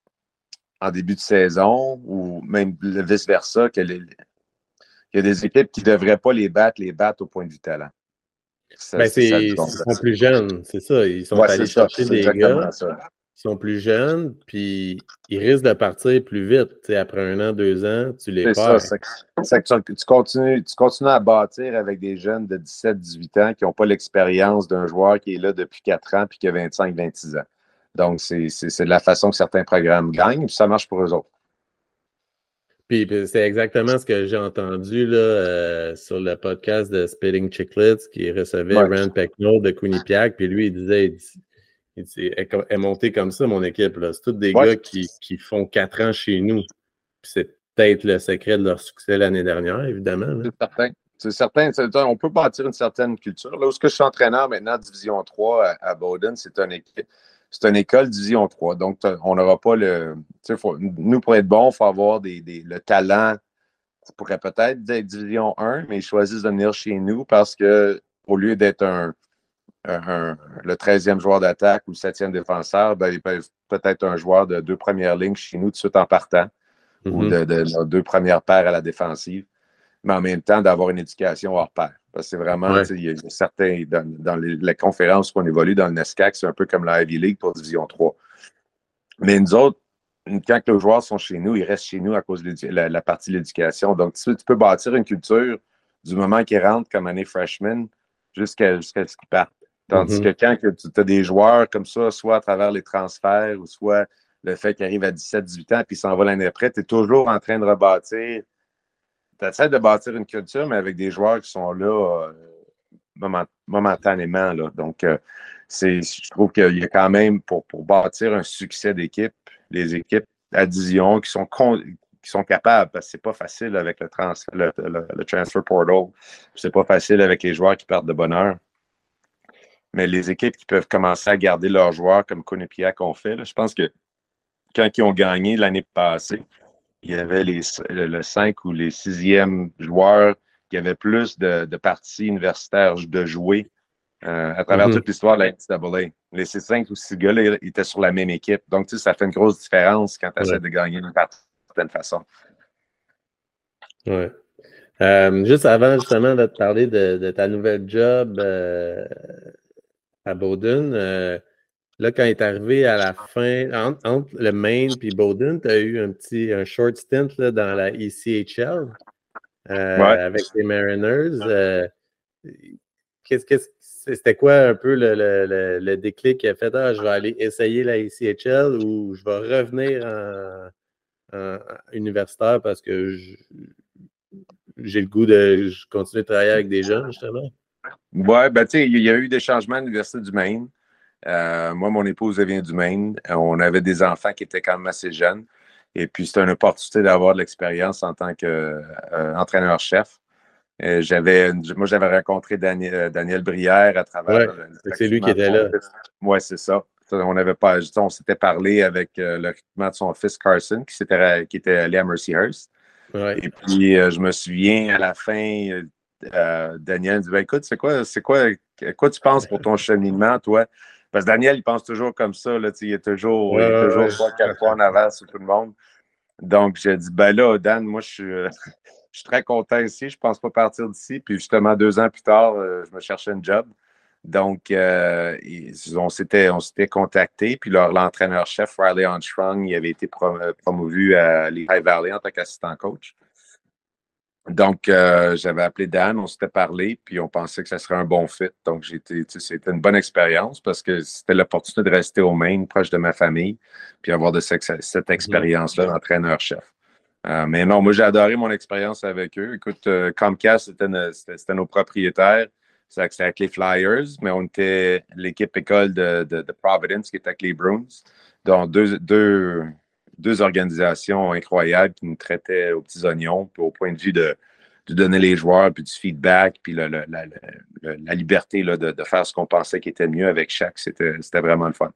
en début de saison ou même vice-versa, qu'il y a des équipes qui ne devraient pas les battre, les battre au point de vue talent. Ça, ben c'est, ils sont plus jeunes, c'est ça. Ils sont ouais, allés chercher ça, des gars. Ça. Ils sont plus jeunes, puis ils risquent de partir plus vite. T'sais, après un an, deux ans, tu les perds. C'est ça. C'est que tu, tu, continues, tu continues à bâtir avec des jeunes de dix-sept à dix-huit ans qui n'ont pas l'expérience d'un joueur qui est là depuis quatre ans puis qui a vingt-cinq à vingt-six ans. Donc, c'est, c'est, c'est de la façon que certains programmes gagnent, puis ça marche pour eux autres. Puis, puis c'est exactement ce que j'ai entendu là, euh, sur le podcast de Spitting Chicklets qui recevait ouais. Rand Pecknold de Quinnipiac. Puis lui, il disait... Il dit, Il dit, elle est montée comme ça, mon équipe. Là. C'est tous des ouais. gars qui, qui font quatre ans chez nous. Puis c'est peut-être le secret de leur succès l'année dernière, évidemment. Là. C'est certain. C'est certain. C'est, on peut bâtir une certaine culture. Là où je suis entraîneur maintenant, Division trois à, à Bowdoin, c'est une équipe. C'est une école Division trois. Donc, on n'aura pas le. Faut, nous, pour être bon, il faut avoir des, des, le talent. Ça pourrait peut-être être Division un, mais ils choisissent de venir chez nous parce que au lieu d'être un. Un, un, le treizième joueur d'attaque ou le septième défenseur, ben, ils peuvent peut-être un joueur de deux premières lignes chez nous tout de suite en partant mm-hmm. ou de, de, de deux premières paires à la défensive, mais en même temps d'avoir une éducation hors pair. Parce que c'est vraiment, Ouais. il y a certains, dans, dans les, les conférences qu'on évolue dans le NESCAC, c'est un peu comme la Ivy League pour Division trois. Mais nous autres, quand les joueurs sont chez nous, ils restent chez nous à cause de la, la partie de l'éducation. Donc, tu, tu peux bâtir une culture du moment qu'ils rentrent comme année freshman jusqu'à, jusqu'à ce qu'ils partent. Tandis Mm-hmm. que quand que tu as des joueurs comme ça, soit à travers les transferts ou soit le fait qu'ils arrivent à dix-sept dix-huit ans puis ils s'en vont l'année après, tu es toujours en train de rebâtir. Tu essaies de bâtir une culture, mais avec des joueurs qui sont là euh, moment, momentanément. Là. Donc, euh, c'est, je trouve qu'il y a quand même, pour, pour bâtir un succès d'équipe, les équipes à Dijon qui sont, con, qui sont capables, parce que c'est pas facile avec le, trans, le, le, le transfer portal, c'est pas facile avec les joueurs qui partent de bonne heure. Mais les équipes qui peuvent commencer à garder leurs joueurs comme Quinnipiac ont fait, là, je pense que quand ils ont gagné l'année passée, il y avait les, le cinq ou les sixième joueurs qui avaient plus de, de parties universitaires de jouer euh, à travers mm-hmm. toute l'histoire de la N C A A. Les cinq ou six gars-là étaient sur la même équipe. Donc, tu sais, ça fait une grosse différence quand tu essaies ouais. de gagner d'une certaine façon. Oui. Euh, juste avant, justement, de te parler de, de ta nouvelle job euh, à Bowdoin, euh, là, quand il est arrivé à la fin, entre, entre le Maine et Bowdoin, tu as eu un petit un short stint là, dans la E C H L euh, ouais. avec les Mariners. Euh, qu'est-ce, qu'est-ce, c'était quoi un peu le, le, le déclic qui a fait ah, je vais aller essayer la E C H L ou je vais revenir en, en, en universitaire parce que je, j'ai le goût de continuer de travailler avec des jeunes, justement? Oui, ben tu sais, il y a eu des changements à l'Université du Maine. Euh, moi, mon épouse vient du Maine. On avait des enfants qui étaient quand même assez jeunes. Et puis, c'était une opportunité d'avoir de l'expérience en tant qu'entraîneur-chef. Euh, j'avais, moi, j'avais rencontré Daniel, Daniel Brière à travers... Ouais, c'est lui qui était là. Oui, c'est ça. On avait pas, on s'était parlé avec euh, le recrutement de son fils Carson, qui, s'était, qui était allé à Mercyhurst. Ouais. Et puis, euh, je me souviens, à la fin, euh, Daniel dit ben, écoute, c'est quoi, c'est quoi, quoi tu penses pour ton cheminement, toi? Parce que Daniel, il pense toujours comme ça, là, il est toujours, ouais, il est toujours trois, quatre fois en avance sur tout le monde. Donc, j'ai dit ben là, Dan, moi, je suis, euh, je suis très content ici, je ne pense pas partir d'ici. Puis, justement, deux ans plus tard, euh, je me cherchais un job. Donc, euh, ils, on, s'était, on s'était contactés. Puis, leur, l'entraîneur-chef, Riley Armstrong, il avait été prom- promovu à Lehigh Valley en tant qu'assistant coach. Donc, euh, j'avais appelé Dan, on s'était parlé, puis on pensait que ça serait un bon fit. Donc, j'étais, c'était une bonne expérience parce que c'était l'opportunité de rester au Maine, proche de ma famille, puis avoir de cette, cette expérience-là d'entraîneur-chef. Euh, mais non, moi, j'ai adoré mon expérience avec eux. Écoute, euh, Comcast, c'était, ne, c'était, c'était nos propriétaires. C'était avec les Flyers, mais on était l'équipe école de, de, de Providence qui était avec les Bruins. Donc, deux, deux, deux organisations incroyables qui nous traitaient aux petits oignons, puis au point de vue de, de donner les joueurs, puis du feedback, puis le, le, la, la, la liberté là, de, de faire ce qu'on pensait qui était mieux avec chaque. C'était, c'était vraiment le fun.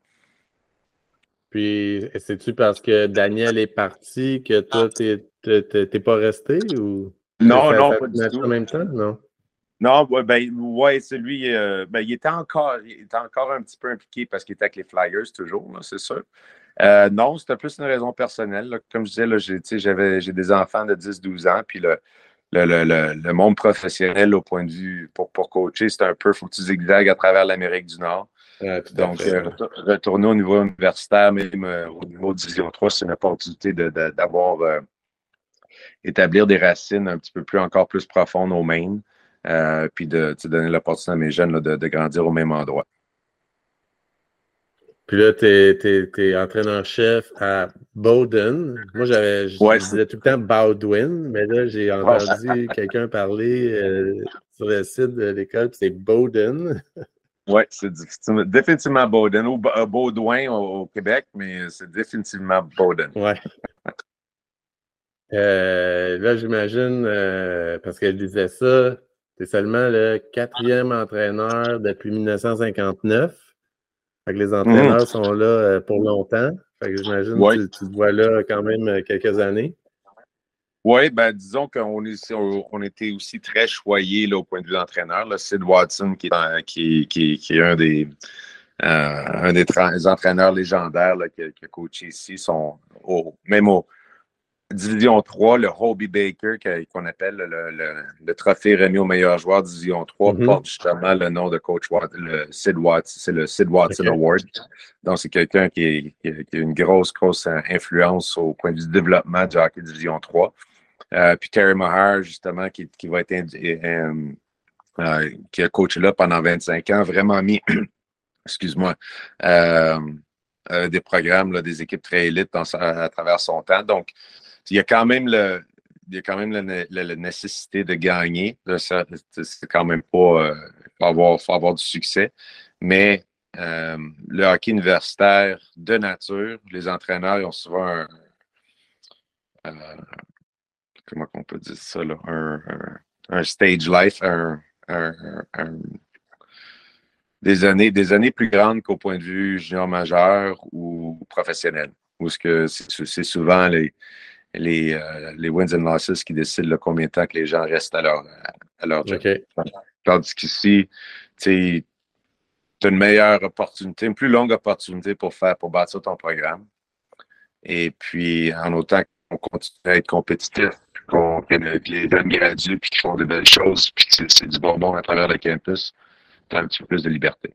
Puis, c'est-tu parce que Daniel est parti que toi, t'es, t'es, t'es pas resté ou? Non, ça, non, ça pas du tout. En même temps, non? Non, ben, ouais, celui, euh, ben, il était encore, il était encore un petit peu impliqué parce qu'il était avec les Flyers toujours, là, c'est sûr. Euh, non, c'était plus une raison personnelle. Là. Comme je disais, là, j'ai, j'avais, j'ai des enfants de dix douze ans, puis le, le, le, le, le monde professionnel, au point de vue, pour, pour coacher, c'est un peu, il faut que tu zigzagues à travers l'Amérique du Nord. Ouais, Donc, fait, euh, retourner au niveau universitaire, même euh, au niveau Division trois, c'est une opportunité de, de, d'avoir, euh, établir des racines un petit peu plus, encore plus profondes au Maine. Euh, puis de donner l'opportunité à mes jeunes là, de, de grandir au même endroit. Puis là, tu es entraîneur-chef à Bowdoin. Moi, j'avais, je ouais, disais tout le temps Bowdoin, mais là, j'ai entendu ouais. quelqu'un parler euh, sur le site de l'école, puis c'est Bowdoin. Oui, c'est définitivement Bowdoin, ou Baudouin au, au Québec, mais c'est définitivement Bowdoin. Oui. Euh, là, j'imagine, euh, parce que je disais ça, c'est seulement le quatrième entraîneur depuis dix-neuf cent cinquante-neuf. Fait que les entraîneurs mmh. sont là euh, pour longtemps. Fait que j'imagine ouais. que tu, tu te vois là quand même quelques années. Oui, ben disons qu'on est, on était aussi très choyés là, au point de vue d'entraîneur. Là. Sid Watson, qui est, qui, qui, qui est un des, euh, un des tra- entraîneurs légendaires là, qui, qui a coaché ici, sont au, même au Division trois, le Hobie Baker, qu'on appelle le, le, le trophée remis au meilleur joueur de Division trois, mm-hmm. porte justement le nom de Coach Watson, le Sid Watson. C'est le Sid Watson okay. Award. Donc, c'est quelqu'un qui, qui, qui a une grosse, grosse influence au point de vue du développement du hockey Division trois. Euh, puis Terry Maher, justement, qui, qui va être euh, euh, qui a coaché là pendant vingt-cinq ans, vraiment mis, excuse-moi, euh, euh, des programmes, là, des équipes très élites dans, à, à travers son temps. Donc, il y a quand même le, il y a quand même la, la, la nécessité de gagner. Ça, c'est quand même pas, euh, faut avoir, faut avoir du succès. Mais euh, le hockey universitaire de nature, les entraîneurs ils ont souvent un, euh, comment on peut dire ça, là, un, un, un stage life, un, un, un, des années, des années plus grandes qu'au point de vue junior majeur ou professionnel. Où ce que c'est, c'est souvent les Les, euh, les wins and losses qui décident là, combien de temps que les gens restent à leur, à leur job. Okay. Tandis qu'ici, tu as une meilleure opportunité, une plus longue opportunité pour faire, pour bâtir ton programme. Et puis, en autant qu'on continue à être compétitif, qu'on, que les jeunes graduent puis qu'ils font de belles choses, puis que c'est, c'est du bonbon à travers le campus, tu as un petit peu plus de liberté.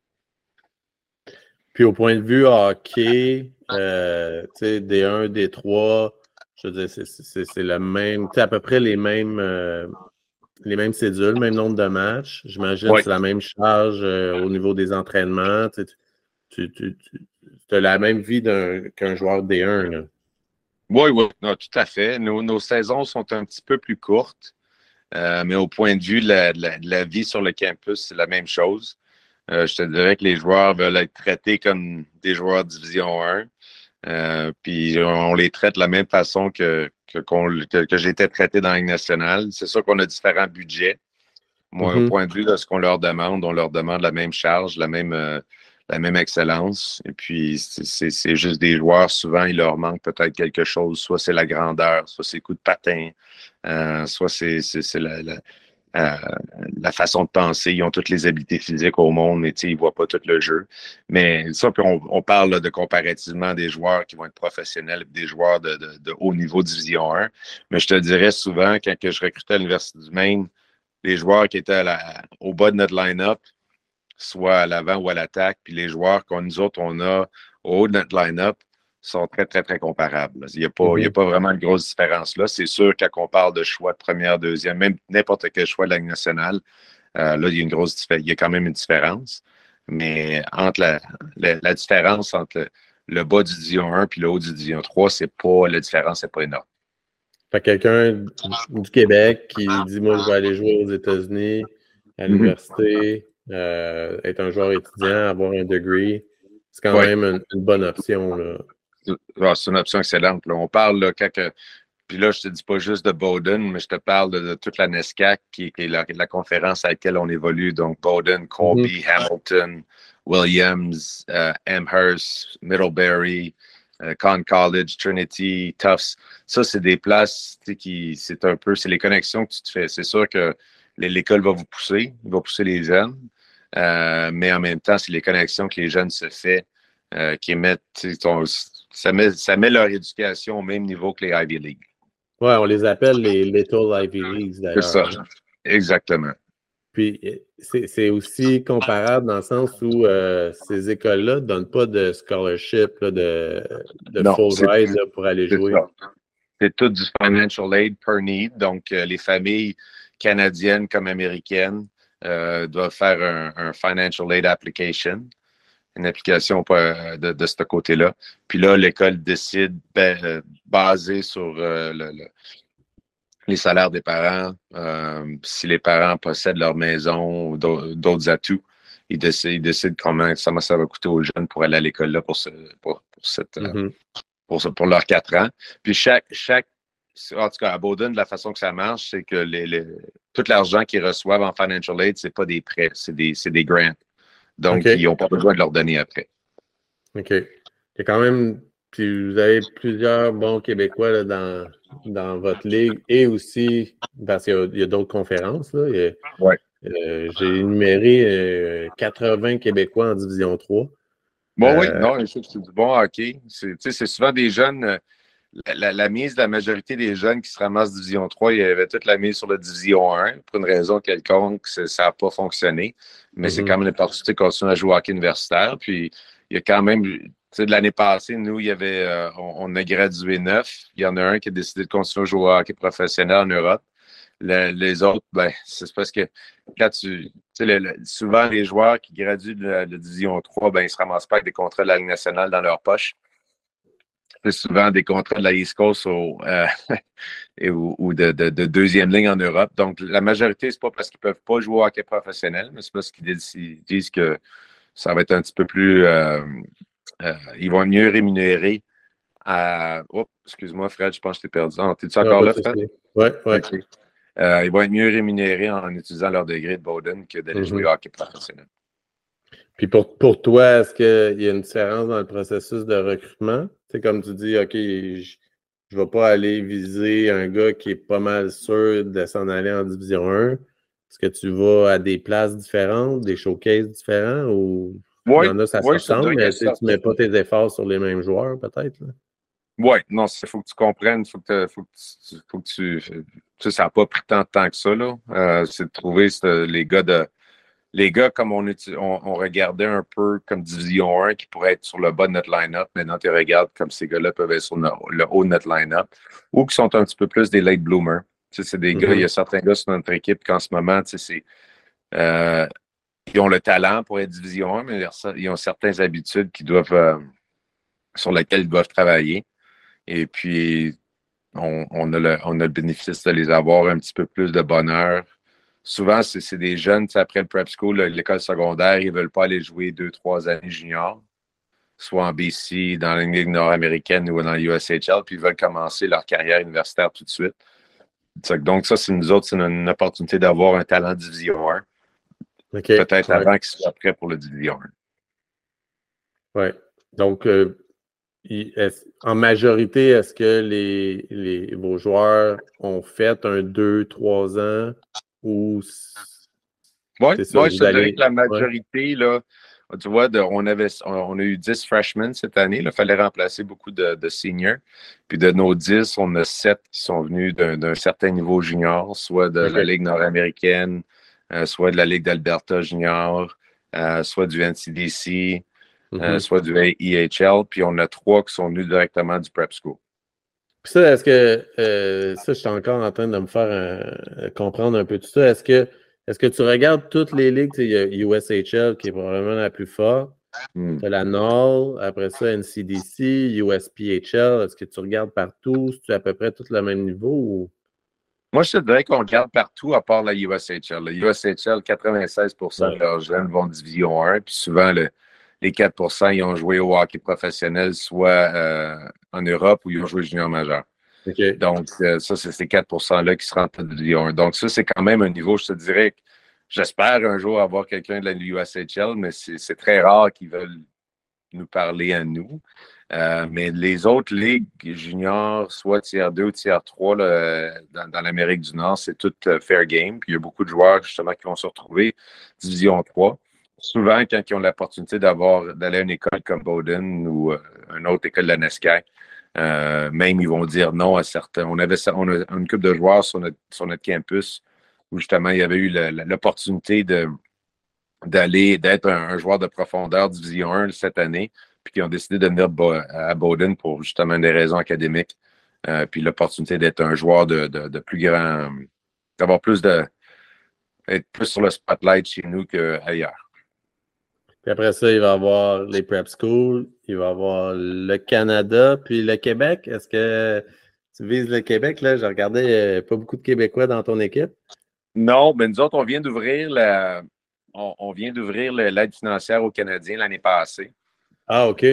Puis, au point de vue hockey, euh, tu sais, D un, D trois, je veux dire, c'est, c'est, c'est le même, tu sais, à peu près les mêmes, euh, les mêmes cédules, même nombre de matchs. J'imagine oui. que c'est la même charge euh, au niveau des entraînements. Tu, tu, tu, tu, tu as la même vie d'un, qu'un joueur D un. Là. Oui, oui, non, tout à fait. Nos, nos saisons sont un petit peu plus courtes, euh, mais au point de vue de la, de, la, de la vie sur le campus, c'est la même chose. Euh, je te dirais que les joueurs veulent être traités comme des joueurs de Division un. Euh, puis on les traite de la même façon que, que, qu'on, que, que j'ai été traité dans la Ligue nationale. C'est sûr qu'on a différents budgets. Moi, mm-hmm. au point de vue de ce qu'on leur demande, on leur demande la même charge, la même, euh, la même excellence. Et puis, c'est, c'est, c'est juste des joueurs, souvent, il leur manque peut-être quelque chose. Soit c'est la grandeur, soit c'est le coup de patin, euh, soit c'est, c'est, c'est la... la Euh, la façon de penser, ils ont toutes les habiletés physiques au monde, mais ils ne voient pas tout le jeu. Mais ça, puis on, on parle là, de comparativement des joueurs qui vont être professionnels, des joueurs de, de, de haut niveau Division un. Mais je te dirais souvent, quand que je recrutais à l'Université du Maine, les joueurs qui étaient à la, au bas de notre line-up, soit à l'avant ou à l'attaque, puis les joueurs qu'on nous autres, on a au haut de notre line-up, sont très, très, très comparables. Il n'y a, mm-hmm. a pas vraiment de grosse différence là. C'est sûr, quand on parle de choix de première, deuxième, même n'importe quel choix de la Ligue nationale, euh, là, il y a une grosse différence. Il y a quand même une différence. Mais entre la, la, la différence entre le, le bas du Division un et le haut du Division trois, c'est pas, la différence n'est pas énorme. Fait que quelqu'un du Québec qui dit « Moi, je vais aller jouer aux États-Unis, à l'université, mm-hmm. euh, être un joueur étudiant, avoir un degree », c'est quand ouais. même une, une bonne option, là. C'est une option excellente. Là. On parle, là, quand que, puis là, je te dis pas juste de Bowdoin, mais je te parle de, de toute la NESCAC, qui, qui est la, la conférence à laquelle on évolue. Donc, Bowdoin, Colby, mm-hmm. Hamilton, Williams, uh, Amherst, Middlebury, uh, Conn College, Trinity, Tufts. Ça, c'est des places qui, c'est un peu, c'est les connexions que tu te fais. C'est sûr que l'école va vous pousser, il va pousser les jeunes, euh, mais en même temps, c'est les connexions que les jeunes se font euh, qui mettent, ton, ça met, ça met leur éducation au même niveau que les Ivy League. Oui, on les appelle les Little Ivy Leagues, d'ailleurs. C'est ça, exactement. Puis, c'est, c'est aussi comparable dans le sens où euh, ces écoles-là ne donnent pas de scholarship, là, de, de non, full ride là, pour aller jouer. Ça. C'est tout du financial aid per need. Donc, euh, les familles canadiennes comme américaines euh, doivent faire un, un financial aid application. Une application de, de ce côté-là. Puis là, l'école décide, ben, basé sur euh, le, le, les salaires des parents, euh, si les parents possèdent leur maison ou d'autres atouts, ils décident, ils décident comment ça, ça va coûter aux jeunes pour aller à l'école là pour, ce, pour, pour, cette, mm-hmm. euh, pour, ce, pour leurs quatre ans. Puis chaque, chaque, en tout cas à Bowdoin, de la façon que ça marche, c'est que les, les, tout l'argent qu'ils reçoivent en financial aid, c'est pas des prêts, c'est des, c'est des grants. Donc, okay. ils n'ont pas besoin de leur donner après. OK. Il y a quand même, puis vous avez plusieurs bons Québécois là, dans, dans votre ligue et aussi, parce qu'il y a, il y a d'autres conférences. Là, il y a, ouais. euh, j'ai énuméré euh, quatre-vingts Québécois en Division trois. Bon, euh, oui, non, c'est du bon hockey. C'est, c'est souvent des jeunes, la, la, la mise de la majorité des jeunes qui se ramassent Division trois, il y avait toute la mise sur la Division un. Pour une raison quelconque, ça n'a pas fonctionné. Mais mm-hmm. c'est quand même l'opportunité de continuer à jouer au hockey universitaire. Puis, il y a quand même... Tu sais, de l'année passée, nous, il y avait... Euh, on, on a gradué neuf. Il y en a un qui a décidé de continuer à jouer au hockey professionnel en Europe. Le, les autres, ben, c'est parce que quand tu... Tu sais, le, le, souvent, les joueurs qui graduent de la, de Division trois, ben, ils ne se ramassent pas avec des contrats de la Ligue nationale dans leur poche. C'est souvent des contrats de la East Coast au, euh, et, ou, ou de, de, de deuxième ligne en Europe. Donc, la majorité, c'est pas parce qu'ils ne peuvent pas jouer au hockey professionnel, mais c'est parce qu'ils disent, ils disent que ça va être un petit peu plus... Euh, euh, ils vont être mieux rémunérés à... Oh, excuse-moi, Fred, je pense que je t'ai perdu. Oh, t'es-tu encore là, Fred? Oui, oui. Okay. Euh, ils vont être mieux rémunérés en utilisant leur degré de Bowdoin que d'aller mm-hmm. jouer au hockey professionnel. Puis pour, pour toi, est-ce qu'il y a une différence dans le processus de recrutement? Tu sais, comme tu dis, OK, je ne vais pas aller viser un gars qui est pas mal sûr de s'en aller en Division un. Est-ce que tu vas à des places différentes, des showcases différents ou oui, il y en a, ça oui, se ressemble, mais tu ne mets pas tes efforts sur les mêmes joueurs, peut-être? Oui, non, il faut que tu comprennes, il faut que, faut que tu... Faut que tu, tu sais, ça n'a pas pris tant de temps que ça, là. Euh, c'est de trouver les gars de... Les gars, comme on, on, on regardait un peu comme Division un, qui pourraient être sur le bas de notre line-up, maintenant tu regardes comme ces gars-là peuvent être sur le, le haut de notre line-up, ou qui sont un petit peu plus des late bloomers. Tu sais, c'est des mm-hmm. gars, il y a certains gars sur notre équipe qu'en ce moment, tu sais, c'est, euh, ils ont le talent pour être Division un, mais ils ont certaines habitudes qui doivent, euh, sur lesquelles ils doivent travailler. Et puis, on, on, a le, on a le bénéfice de les avoir un petit peu plus de bonheur. Souvent, c'est, c'est des jeunes, après le prep school, l'école secondaire, ils ne veulent pas aller jouer deux, trois années juniors, soit en B C, dans la Ligue nord-américaine ou dans la U S H L, puis ils veulent commencer leur carrière universitaire tout de suite. Donc, ça, c'est nous autres, c'est une, une opportunité d'avoir un talent Division un. Okay. Peut-être ouais. avant qu'il soit prêt pour le Division un. Oui. Donc, euh, en majorité, est-ce que les, les, vos joueurs ont fait un deux trois ans? Ou oui, ouais, je te dirais que la majorité, ouais. là, tu vois, de, on, avait, on a eu dix freshmen cette année. Il fallait remplacer beaucoup de, de seniors. Puis de nos dix, on a sept qui sont venus d'un, d'un certain niveau junior, soit de okay. la Ligue nord-américaine, euh, soit de la Ligue d'Alberta junior, euh, soit du N C D C, mm-hmm. euh, soit du E H L. Puis on a trois qui sont venus directement du prep school. Puis ça, est-ce que, euh, ça, je suis encore en train de me faire un, comprendre un peu tout ça. Est-ce que, est-ce que tu regardes toutes les ligues? Il y a U S H L qui est probablement la plus forte. Mm. Tu as la N O L, après ça, N C D C, U S P H L. Est-ce que tu regardes partout? Si tu es à peu près tous le même niveau? Ou... Moi, je te dirais qu'on regarde partout à part la U S H L. La U S H L, quatre-vingt-seize pour cent ouais. de leurs jeunes vont Division un, puis souvent, le, les quatre pour cent, ils ont joué au hockey professionnel, soit euh, en Europe ou ils ont joué junior majeur. Okay. Donc, euh, ça, c'est ces quatre pour cent-là qui se rendent à Division un. Donc, ça, c'est quand même un niveau, je te dirais, que j'espère un jour avoir quelqu'un de la U S H L, mais c'est, c'est très rare qu'ils veulent nous parler à nous. Euh, mais les autres ligues juniors, soit tiers deux ou tiers trois là, dans, dans l'Amérique du Nord, c'est tout euh, fair game. Puis il y a beaucoup de joueurs, justement, qui vont se retrouver Division trois. Souvent, quand ils ont l'opportunité d'avoir, d'aller à une école comme Bowdoin ou euh, une autre école de la NESCAC, euh, même ils vont dire non à certains. On avait on a une couple de joueurs sur notre, sur notre campus où justement il y avait eu la, la, l'opportunité de, d'aller, d'être un, un joueur de profondeur Division un cette année, puis qui ont décidé de venir à Bowdoin pour justement des raisons académiques, euh, puis l'opportunité d'être un joueur de, de, de plus grand, d'avoir plus de, être plus sur le spotlight chez nous qu'ailleurs. Puis après ça, il va y avoir les prep schools, il va y avoir le Canada, puis le Québec. Est-ce que tu vises le Québec? Là, j'ai regardé, euh, pas beaucoup de Québécois dans ton équipe. Non, mais nous autres, on vient d'ouvrir la, on, on vient d'ouvrir le, l'aide financière aux Canadiens l'année passée. Ah, OK.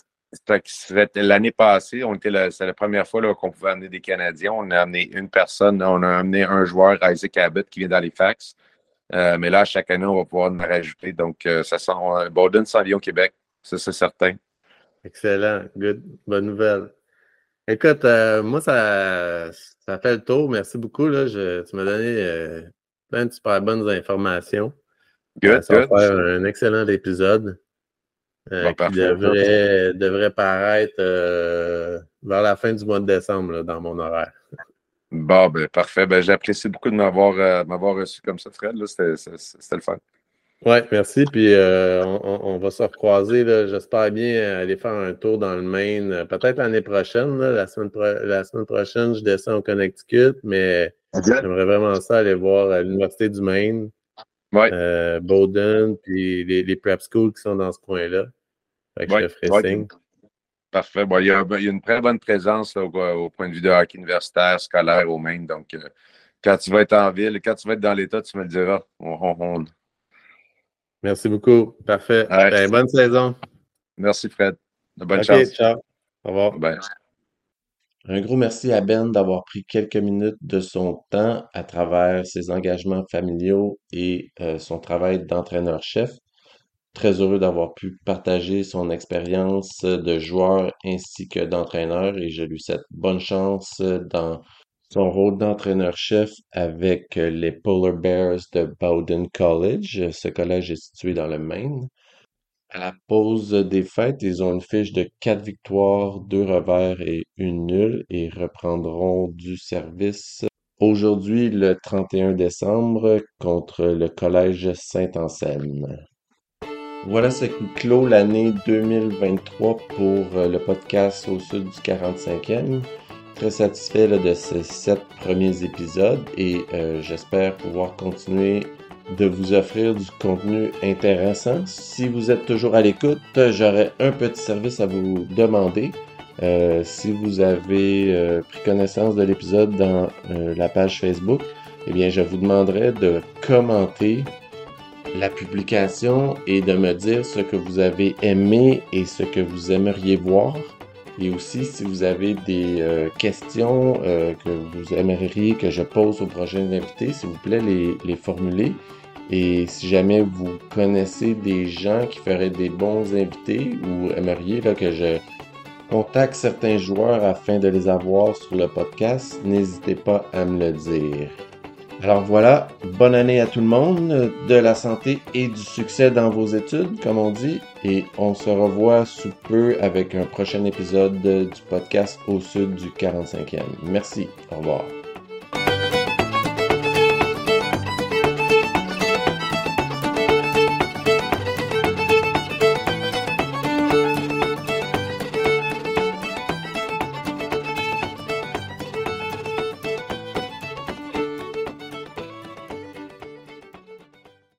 C'était l'année passée, on était la, c'est la première fois là, qu'on pouvait amener des Canadiens. On a amené une personne, on a amené un joueur, Isaac Abbott, qui vient d'Halifax. Euh, mais là, chaque année, on va pouvoir en rajouter. Donc, euh, ça sent, euh, Bowdoin s'en vient au Québec. Ça, c'est certain. Excellent. Good. Bonne nouvelle. Écoute, euh, moi, ça, ça fait le tour. Merci beaucoup. Là. Je, tu m'as donné euh, plein de super bonnes informations. Good, euh, ça good. va faire un excellent épisode euh, bon, qui parfait, devrait, devrait paraître euh, vers la fin du mois de décembre là, dans mon horaire. Bon, ben parfait. Ben, j'apprécie beaucoup de m'avoir euh, m'avoir reçu comme ça, Fred. Là. C'était, c'était le fun. Oui, merci. Puis euh, on, on va se recroiser. Là. J'espère bien aller faire un tour dans le Maine. euh, Peut-être l'année prochaine. Là, la, semaine pro- la semaine prochaine, je descends au Connecticut, mais Exact. j'aimerais vraiment ça aller voir à l'Université du Maine, Oui. euh, Bowdoin, puis les, les prep schools qui sont dans ce coin-là. Fait que Ouais, je te ferai ouais. signe. Parfait. Bon, il, y a, il y a une très bonne présence là, au, au point de vue de hockey universitaire, scolaire au Maine. Donc, euh, quand tu vas être en ville, quand tu vas être dans l'État, tu me le diras. On, on, on... Merci beaucoup. Parfait. Ouais. Ben, bonne saison. Merci, Fred. De bonne OK, chance. ciao. Au revoir. Bye. Un gros merci à Ben d'avoir pris quelques minutes de son temps à travers ses engagements familiaux et euh, son travail d'entraîneur-chef. Très heureux d'avoir pu partager son expérience de joueur ainsi que d'entraîneur et je lui souhaite bonne chance dans son rôle d'entraîneur-chef avec les Polar Bears de Bowdoin College. Ce collège est situé dans le Maine. À la pause des fêtes, ils ont une fiche de quatre victoires, deux revers et une nulle et reprendront du service aujourd'hui le trente et un décembre contre le collège Saint-Anselme. Voilà ce qui clôt l'année deux mille vingt-trois pour le podcast Au Sud du quarante-cinquième. Très satisfait là, de ces sept premiers épisodes et euh, j'espère pouvoir continuer de vous offrir du contenu intéressant. Si vous êtes toujours à l'écoute, j'aurais un petit service à vous demander. Euh, si vous avez euh, pris connaissance de l'épisode dans euh, la page Facebook, eh bien, je vous demanderai de commenter la publication et de me dire ce que vous avez aimé et ce que vous aimeriez voir. Et aussi, si vous avez des euh, questions euh, que vous aimeriez que je pose aux prochains invités, s'il vous plaît, les, les formuler. Et si jamais vous connaissez des gens qui feraient des bons invités ou aimeriez là, que je contacte certains joueurs afin de les avoir sur le podcast, n'hésitez pas à me le dire. Alors voilà, bonne année à tout le monde, de la santé et du succès dans vos études, comme on dit, et on se revoit sous peu avec un prochain épisode du podcast Au Sud du quarante-cinquième. Merci, au revoir.